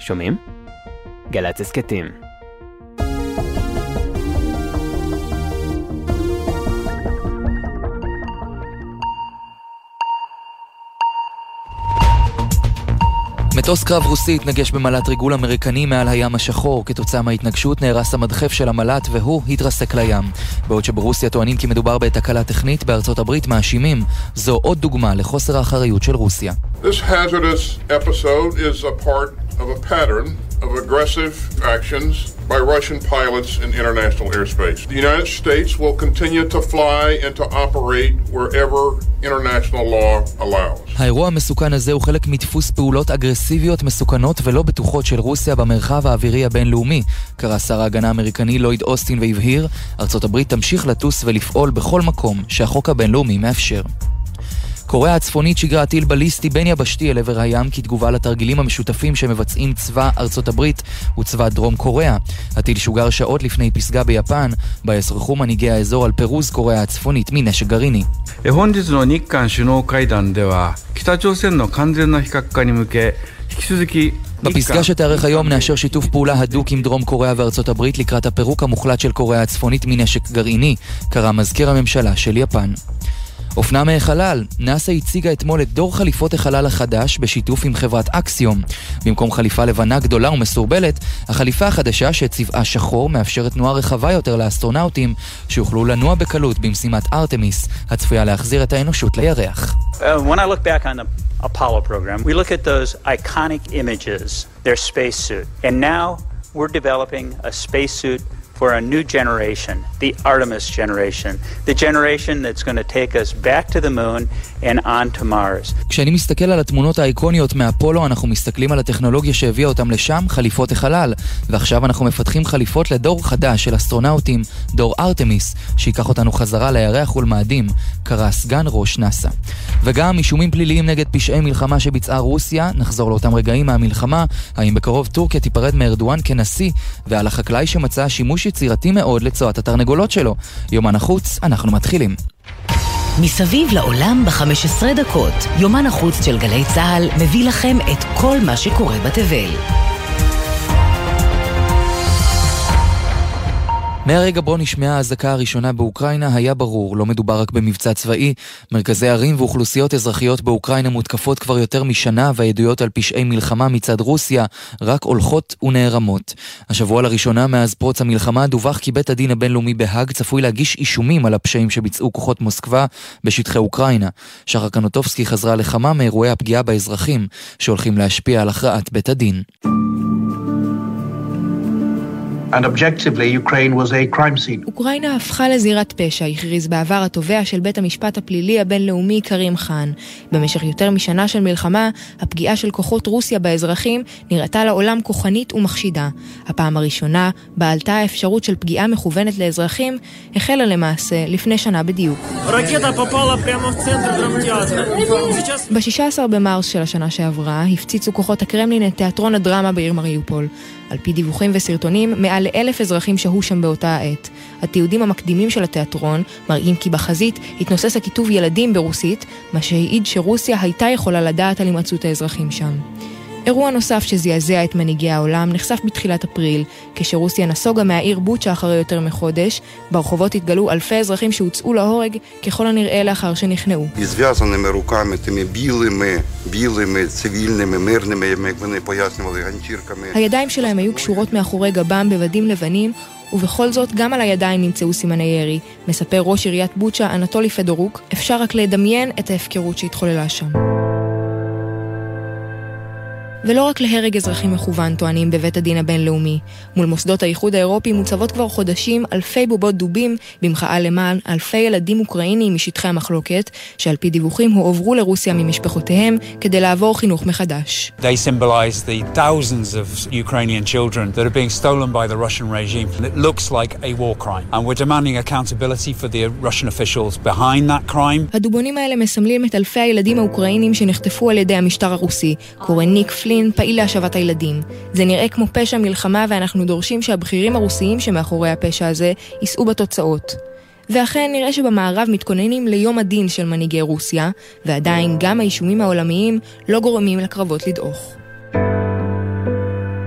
שומעים? גל"צ הסכתים. מטוס קרב רוסי התנגש במל"ט ריגול אמריקני מעל הים השחור. כתוצאה מההתנגשות נהרס המדחף של המל"ט והוא התרסק לים. בעוד שברוסיה טוענים כי מדובר בתקלה טכנית, בארצות הברית מאשימים. זו עוד דוגמה לחוסר האחריות של רוסיה. This hazardous episode is a part of a pattern of aggressive actions by Russian pilots in international airspace. The United States will continue to fly and to operate wherever international law allows. האירוע המסוכן הזה הוא חלק מדפוס פעולות אגרסיביות מסוכנות ולא בטוחות של רוסיה במרחב האווירי הבינלאומי. קרא שר ההגנה האמריקני לויד אוסטין והבהיר, ארצות הברית תמשיך לטוס ולפעול בכל מקום שהחוק הבינלאומי מאפשר. קוריאה הצפונית שיגרה טיל בליסטי בין יבשתי אל עבר הים כתגובה לתרגילים המשותפים שמבצעים צבא ארצות הברית וצבא דרום קוריאה. הטיל שוגר שעות לפני פסגה ביפן, בה ישוחחו מנהיגי האזור על פירוז קוריאה הצפונית מנשק גרעיני. 本日の日韓首脳会談では北朝鮮の完全な非核化に向け引き続き בפסגה שתארך היום נאשר שיתוף פעולה הדוק עם דרום קוריאה וארצות הברית לקראת הפירוק המוחלט של קוריאה הצפונית מנשק גרעיני, קרא מזכיר הממשלה של יפן. אופנה מהחלל, נאס"א הציגה אתמול את דור חליפות החלל החדש בשיתוף עם חברת אקסיום. במקום חליפה לבנה גדולה ומסורבלת, החליפה החדשה שצבעה שחור מאפשרת תנועה רחבה יותר לאסטרונאוטים שיוכלו לנוע בקלות במשימת ארטמיס, הצפויה להחזיר את האנושות לירח. When I look back on the Apollo program, we look at those iconic images, their spacesuit. And now we're developing a spacesuit for a new generation, the Artemis generation, the generation that's going to take us back to the moon and on to Mars. כשאני מסתכל על התמונות האיקוניות מאפולו, אנחנו מסתכלים על הטכנולוגיה שהביאה אותם לשם, חליפות החלל, ועכשיו אנחנו מפתחים חליפות לדור חדש של אסטרונאוטים, דור ארטמיס, שיקח אותנו חזרה לירח ולמאדים, קרא סגן ראש נאס"א. וגם אישומים פליליים נגד פשעי מלחמה שביצעה רוסיה, נחזור לאותם רגעים מהמלחמה, האם בקרוב טורקיה תיפרד מארדואן כנשיא, ועל החקלאי שמצא שימוש יצירתי מאוד לצואת התרנגולות שלו. יומן החוץ, אנחנו מתחילים. מסביב לעולם ב-15 דקות, יומן החוץ של גלי צהל מביא לכם את כל מה שקורה בתבל. מהרגע בו נשמעה האזעקה הראשונה באוקראינה היה ברור, לא מדובר רק במבצע צבאי. מרכזי ערים ואוכלוסיות אזרחיות באוקראינה מותקפות כבר יותר משנה, והעדויות על פשעי מלחמה מצד רוסיה רק הולכות ונערמות. השבוע לראשונה מאז פרוץ המלחמה דווח כי בית הדין הבינלאומי בהאג צפוי להגיש אישומים על הפשעים שביצעו כוחות מוסקבה בשטחי אוקראינה. שחר קנוטובסקי חזרה לכמה מאירועי הפגיעה באזרחים שהולכים להשפיע על הכרעת בית הדין. And objectively, Ukraine was a crime scene. אוקראינה הפכה לזירת פשע, הכריז בעבר התובע של בית המשפט הפלילי הבינלאומי קרים חאן. במשך יותר משנה של מלחמה, הפגיעה של כוחות רוסיה באזרחים נראתה לעולם כוחנית ומחשידה. הפעם הראשונה, בה עלתה האפשרות של פגיעה מכוונת לאזרחים, החלה למעשה לפני שנה בדיוק. ב-16 במרס של השנה שעברה, הפציצו כוחות הקרמלין את תיאטרון הדרמה בעיר מריופול. על פי דיווחים וסרטונים, מעל ל1,000 אזרחים שהו שם באותה העת. התיעודים המקדימים של התיאטרון מראים כי בחזית התנוסס הכיתוב ילדים ברוסית, מה שהעיד שרוסיה הייתה יכולה לדעת על הימצאות האזרחים שם. אירוע נוסף שזעזע את מנהיגי העולם נחשף בתחילת אפריל, כשרוסיה נסוגה מהעיר בוצ'ה אחרי יותר מחודש. ברחובות התגלו אלפי אזרחים שהוצאו להורג ככל הנראה לאחר שנכנעו. Зв'язаними руками тими білими цивільними мирними, як вони пояснювали, ганчірками. הידיים שלהם היו קשורות מאחורי גבם בבדים לבנים, ובכל זאת גם על הידיים נמצאו סימני ירי. מספר ראש עיריית בוצ'ה אנטולי פדורוק, אפשר רק לדמיין את ההפקרות שהתחוללה שם. ולא רק להרג אזרחים מכוון טוענים בבית הדין הבינלאומי. מול מוסדות האיחוד האירופי מוצבות כבר חודשים אלפי בובות דובים במחאה למען אלפי ילדים אוקראינים משטחי המחלוקת, שעל פי דיווחים הועברו לרוסיה ממשפחותיהם כדי לעבור חינוך מחדש. They symbolize the thousands of Ukrainian children that are being stolen by the Russian regime. It looks like a war crime. And we're demanding accountability for the Russian officials behind that crime. הדובונים האלה מסמלים את אלפי הילדים האוקראינים שנחטפו על ידי המשטר הרוסי. קורא ניק פלין, פעיל להשבת הילדים. זה נראה כמו פשע מלחמה, ואנחנו דורשים שהבכירים הרוסיים שמאחורי הפשע הזה יישאו בתוצאות. ואכן נראה שבמערב מתכוננים ליום הדין של מנהיגי רוסיה, ועדיין גם האישומים העולמיים לא גורמים לקרבות לדעוך.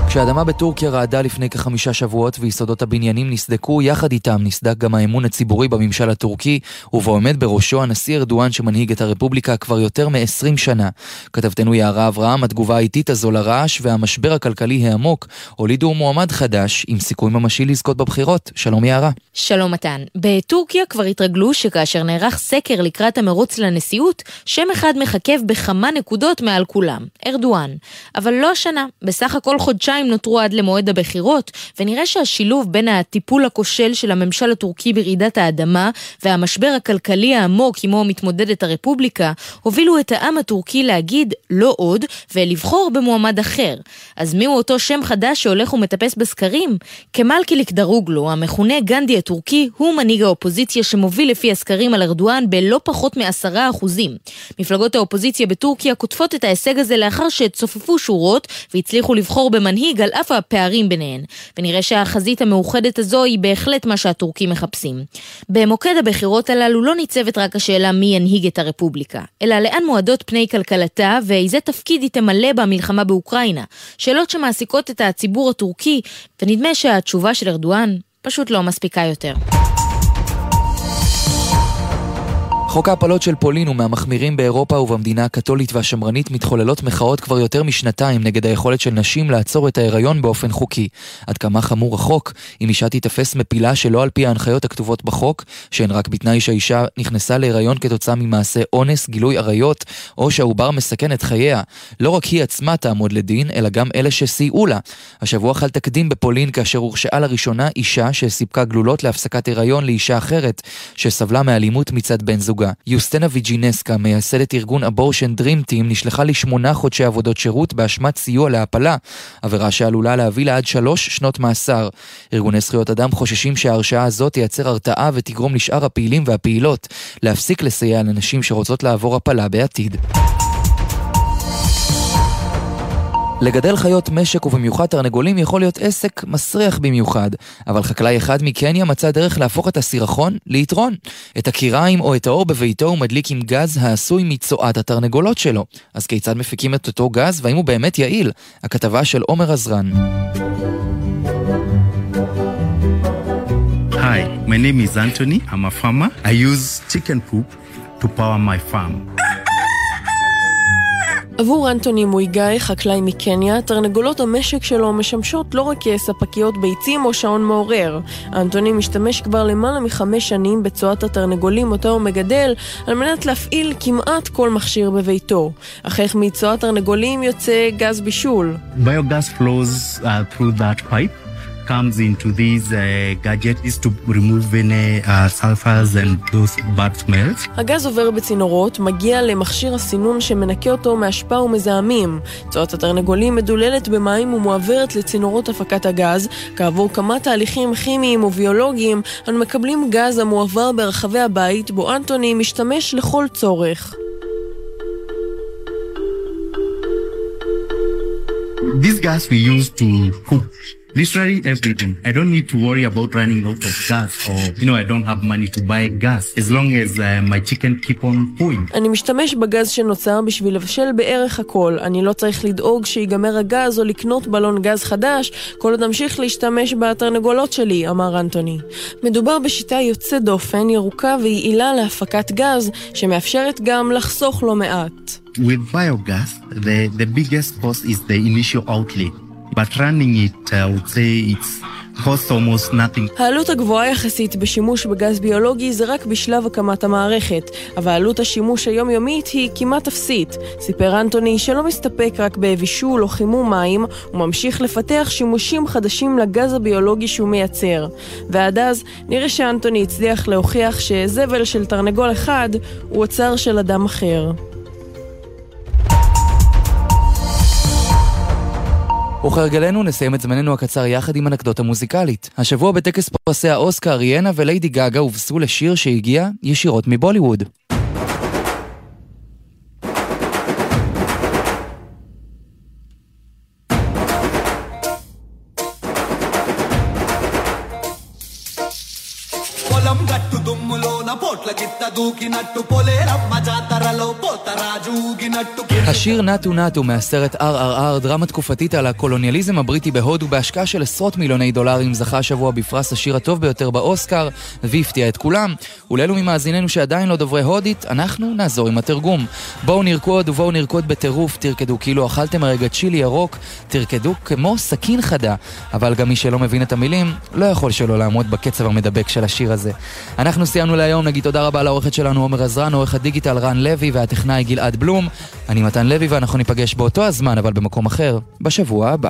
כשהאדמה בטורקיה רעדה לפני כ5 שבועות ויסודות הבניינים נסדקו, יחד איתם נסדק גם האמון הציבורי בממשל הטורקי, ובו עומד בראשו הנשיא ארדואן שמנהיג את הרפובליקה כבר יותר מ-20 שנה. כתבתנו יערה אברהם, התגובה האיטית הזו לרעש והמשבר הכלכלי העמוק הולידו מועמד חדש עם סיכוי ממשי לזכות בבחירות. שלום יערה. שלום מתן. בטורקיה כבר התרגלו שכאשר נערך סקר לקראת המרוץ לנשיאות, שם אחד מחכב בכמה נקודות מעל כולם, ארדואן. אבל לא השנה, בסך הכל חודשיים נותרו עד למועד הבחירות, ונראה שהשילוב בין הטיפול הכושל של הממשל הטורקי ברעידת האדמה והמשבר הכלכלי העמוק עמו מתמודדת הרפובליקה, הובילו את העם הטורקי להגיד לא עוד ולבחור במועמד אחר. אז מיהו אותו שם חדש שהולך ומטפס בסקרים? כמאל קיליקדרוגלו, המכונה גנדי הטורקי, הוא מנהיג האופוזיציה שמוביל לפי הסקרים על ארדואן בלא פחות מ10%. מפלגות האופוזיציה בטורקיה כותפות את ההישג הזה לאחר שצופפו שורות והצליחו לבחור במנהיג על אף הפערים ביניהן, ונראה שהחזית המאוחדת הזו היא בהחלט מה שהטורקים מחפשים. במוקד הבחירות הללו לא ניצבת רק השאלה מי ינהיג את הרפובליקה, אלא לאן מועדות פני כלכלתה ואיזה תפקיד היא תמלא במלחמה באוקראינה, שאלות שמעסיקות את הציבור הטורקי, ונדמה שהתשובה של ארדואן פשוט לא מספיקה יותר. חוק ההפלות של פולין הוא מהמחמירים באירופה, ובמדינה הקתולית והשמרנית מתחוללות מחאות כבר יותר משנתיים נגד היכולת של נשים לעצור את ההיריון באופן חוקי. עד כמה חמור החוק אם אישה תיתפס מפילה שלא על פי ההנחיות הכתובות בחוק, שהן רק בתנאי שהאישה נכנסה להיריון כתוצאה ממעשה אונס, גילוי עריות, או שהעובר מסכן את חייה. לא רק היא עצמה תעמוד לדין, אלא גם אלה שסייעו לה. השבוע חל תקדים בפולין כאשר הורשעה לראשונה אישה שסיפקה גלולות להפסקת היריון לאישה אחרת שסבלה מאלימות מצד בן זוגה. יוסטנה ויג'ינסקה, מייסדת ארגון אבורשן דרים טים, נשלחה ל8 חודשי עבודות שירות באשמת סיוע להפלה, עבירה שעלולה להביא לה עד 3 שנות מאסר. ארגוני זכויות אדם חוששים שההרשעה הזאת תייצר הרתעה ותגרום לשאר הפעילים והפעילות להפסיק לסייע לנשים שרוצות לעבור הפלה בעתיד. לגדל חיות משק ובמיוחד תרנגולים יכול להיות עסק מסריח במיוחד, אבל חקלאי אחד מקניה מצא דרך להפוך את הסירחון ליתרון. את הקיריים או את האור בביתו הוא מדליק עם גז העשוי מצואת התרנגולות שלו. אז כיצד מפיקים את אותו גז והאם הוא באמת יעיל? הכתבה של עומר עזרן. Hi, my name is Anthony. I'm a farmer. I use chicken poop to power my farm. עבור אנטוני מויגאי, חקלאי מקניה, תרנגולות המשק שלו משמשות לא רק כספקיות ביצים או שעון מעורר. אנטוני משתמש כבר למעלה מ5 שנים בצואת התרנגולים אותו הוא מגדל, על מנת להפעיל כמעט כל מכשיר בביתו. אך איך מצואת תרנגולים יוצא גז בישול? Biogas flows through that pipe. Comes into these gadgets to remove any sulfurs and those bad smells. הגז עובר בצינורות, מגיע למכשיר הסינון שמנקה אותו מהשפעה ומזהמים. צואת התרנגולים מדוללת במים ומועברת לצינורות הפקת הגז. כעבור כמה תהליכים כימיים וביולוגיים, אנו מקבלים גז המועבר ברחבי הבית, בו אנטוני משתמש לכל צורך. This gas we use to cook literally everything. I don't need to worry about running out of gas or, I don't have money to buy gas as long as my chicken keep on going. אני משתמש בגז שנוצר בשביל לבשל בערך הכל. אני לא צריך לדאוג שיגמר הגז או לקנות בלון גז חדש, כל עוד אמשיך להשתמש בתרנגולות שלי, אמר אנטוני. מדובר בשיטה יוצאת דופן, ירוקה ויעילה להפקת גז, שמאפשרת גם לחסוך לא מעט. With biogas, the biggest cost is the initial outlay. But running it, I would say it's costs almost nothing. העלות הגבוהה יחסית בשימוש בגז ביולוגי זה רק בשלב הקמת המערכת, אבל העלות השימוש היומיומית היא כמעט אפסית. סיפר אנטוני שלא מסתפק רק בבישול או חימום מים, הוא ממשיך לפתח שימושים חדשים לגז הביולוגי שהוא מייצר. ועד אז נראה שאנטוני הצליח להוכיח שזבל של תרנגול אחד הוא אוצר של אדם אחר. וכהרגלנו נסיים את זמננו הקצר יחד עם אנקדוטה מוזיקלית. השבוע בטקס פרסי האוסקר ריאנה וליידי גאגה הובסו לשיר שהגיע ישירות מבוליווד. Colombo దూకినట్టు దుమ్ములోన పోట్ల గిత్త దూకినట్టు పొలేరమ్మ జాతరలో పోతరాజూగినట్టు. השיר נטו נטו מהסרט RRR, דרמה תקופתית על הקולוניאליזם הבריטי בהודו בהשקעה של עשרות מיליוני דולרים, זכה השבוע בפרס השיר הטוב ביותר באוסקר והפתיע את כולם. ולאלו ממאזיננו שעדיין לא דוברי הודית, אנחנו נעזור עם התרגום. בואו נרקוד ובואו נרקוד בטירוף, תרקדו כאילו אכלתם הרגע צ'ילי ירוק, תרקדו כמו סכין חדה. אבל גם מי שלא מבין את המילים לא יכול שלא לעמוד בקצב המדבק של השיר הזה. אנחנו סיימנו להיום, נגיד תודה רבה לעורכת שלנו עומר עזרן, עורך הדיגיטל רן לוי והטכנאי גלעד בלום. אני מתן לוי ואנחנו ניפגש באותו הזמן אבל במקום אחר בשבוע הבא.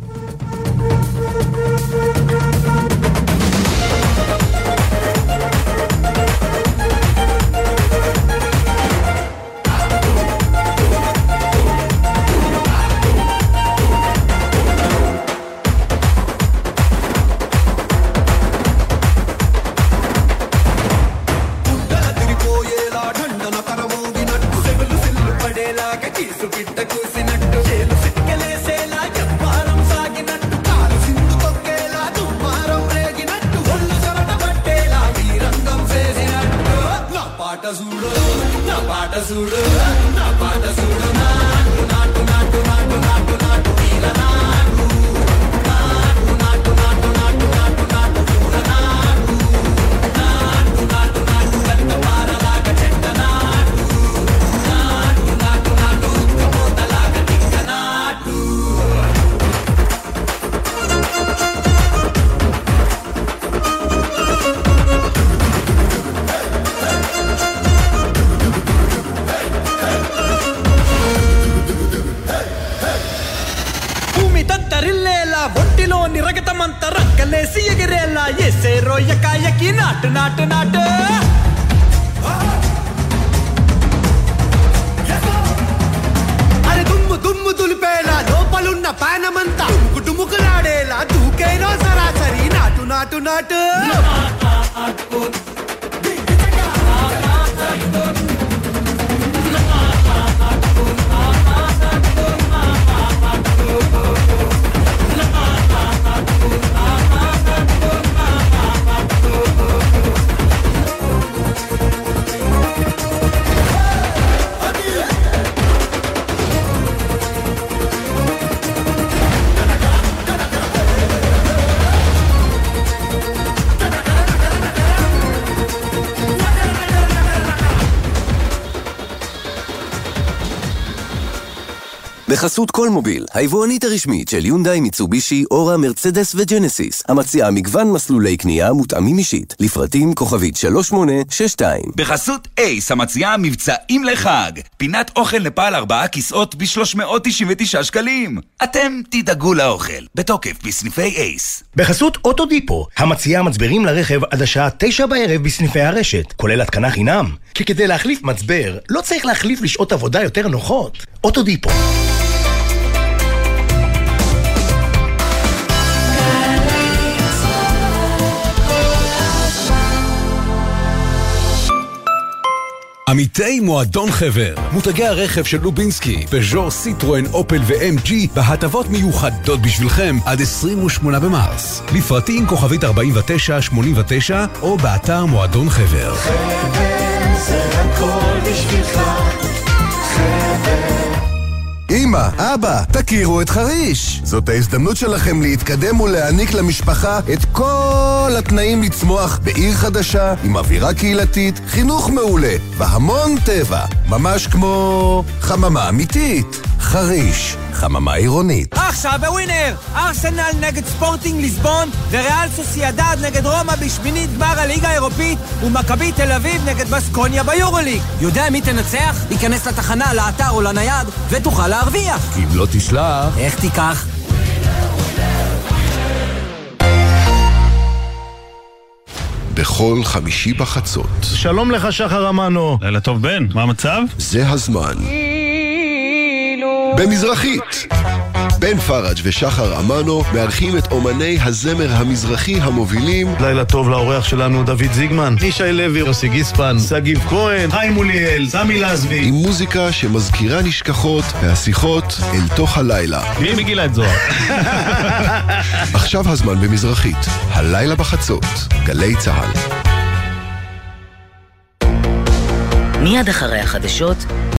בחסות כל מוביל, היבואנית הרשמית של יונדאי, מיצובישי, אורה, מרצדס וג'נסיס, המציעה מגוון מסלולי קנייה מותאמים אישית, לפרטים כוכבית 3862. בחסות אייס, המציעה מבצעים לחג, פינת אוכל נפאל 4 כיסאות ב-399 שקלים. אתם תדאגו לאוכל, בתוקף בסניפי אייס. בחסות אוטודיפו, המציעה מצברים לרכב עד השעה 9 בערב בסניפי הרשת, כולל התקנה חינם. כי כדי להחליף מצבר, לא צריך להחליף לשעות עבודה יותר נוחות. אוטודיפו. עמיתי מועדון חבר, מותגי הרכב של לובינסקי, פז'ור, סיטרואן, אופל ו-MG בהטבות מיוחדות בשבילכם עד 28 במרס. לפרטים כוכבית 4989 או באתר מועדון חבר. חבר זה הכל בשבילך, חבר. אמא, אבא, תכירו את חריש. זאת ההזדמנות שלכם להתקדם ולהעניק למשפחה את כל התנאים לצמוח בעיר חדשה, עם אווירה קהילתית, חינוך מעולה והמון טבע. ממש כמו חממה אמיתית. חריש, חממה עירונית. עכשיו בווינר, ארסנל נגד ספורטינג ליסבון וריאל סוסיידד נגד רומא בשמינית גמר הליגה האירופית ומכבי תל אביב נגד בסקוניה ביורוליג. יודע מי תנצח? ייכנס לתחנה, לאתר או לנייד ותוכל להרוויח. אם לא תשלח, איך תיקח? בכל חמישי בחצות. שלום לך שחר אמנו. לילה טוב בן, מה המצב? זה הזמן. במזרחית. בן פרג' ושחר אמנו מארחים את אומני הזמר המזרחי המובילים. לילה טוב לאורח שלנו דוד זיגמן, ישי לוי, יוסי גיספן, סגיב כהן, חיים מוליאל, סמי לזבי. עם מוזיקה שמזכירה נשכחות והשיחות אל תוך הלילה. מי מגילה את זוהר? עכשיו הזמן במזרחית, הלילה בחצות, גלי צהל. מיד אחרי החדשות,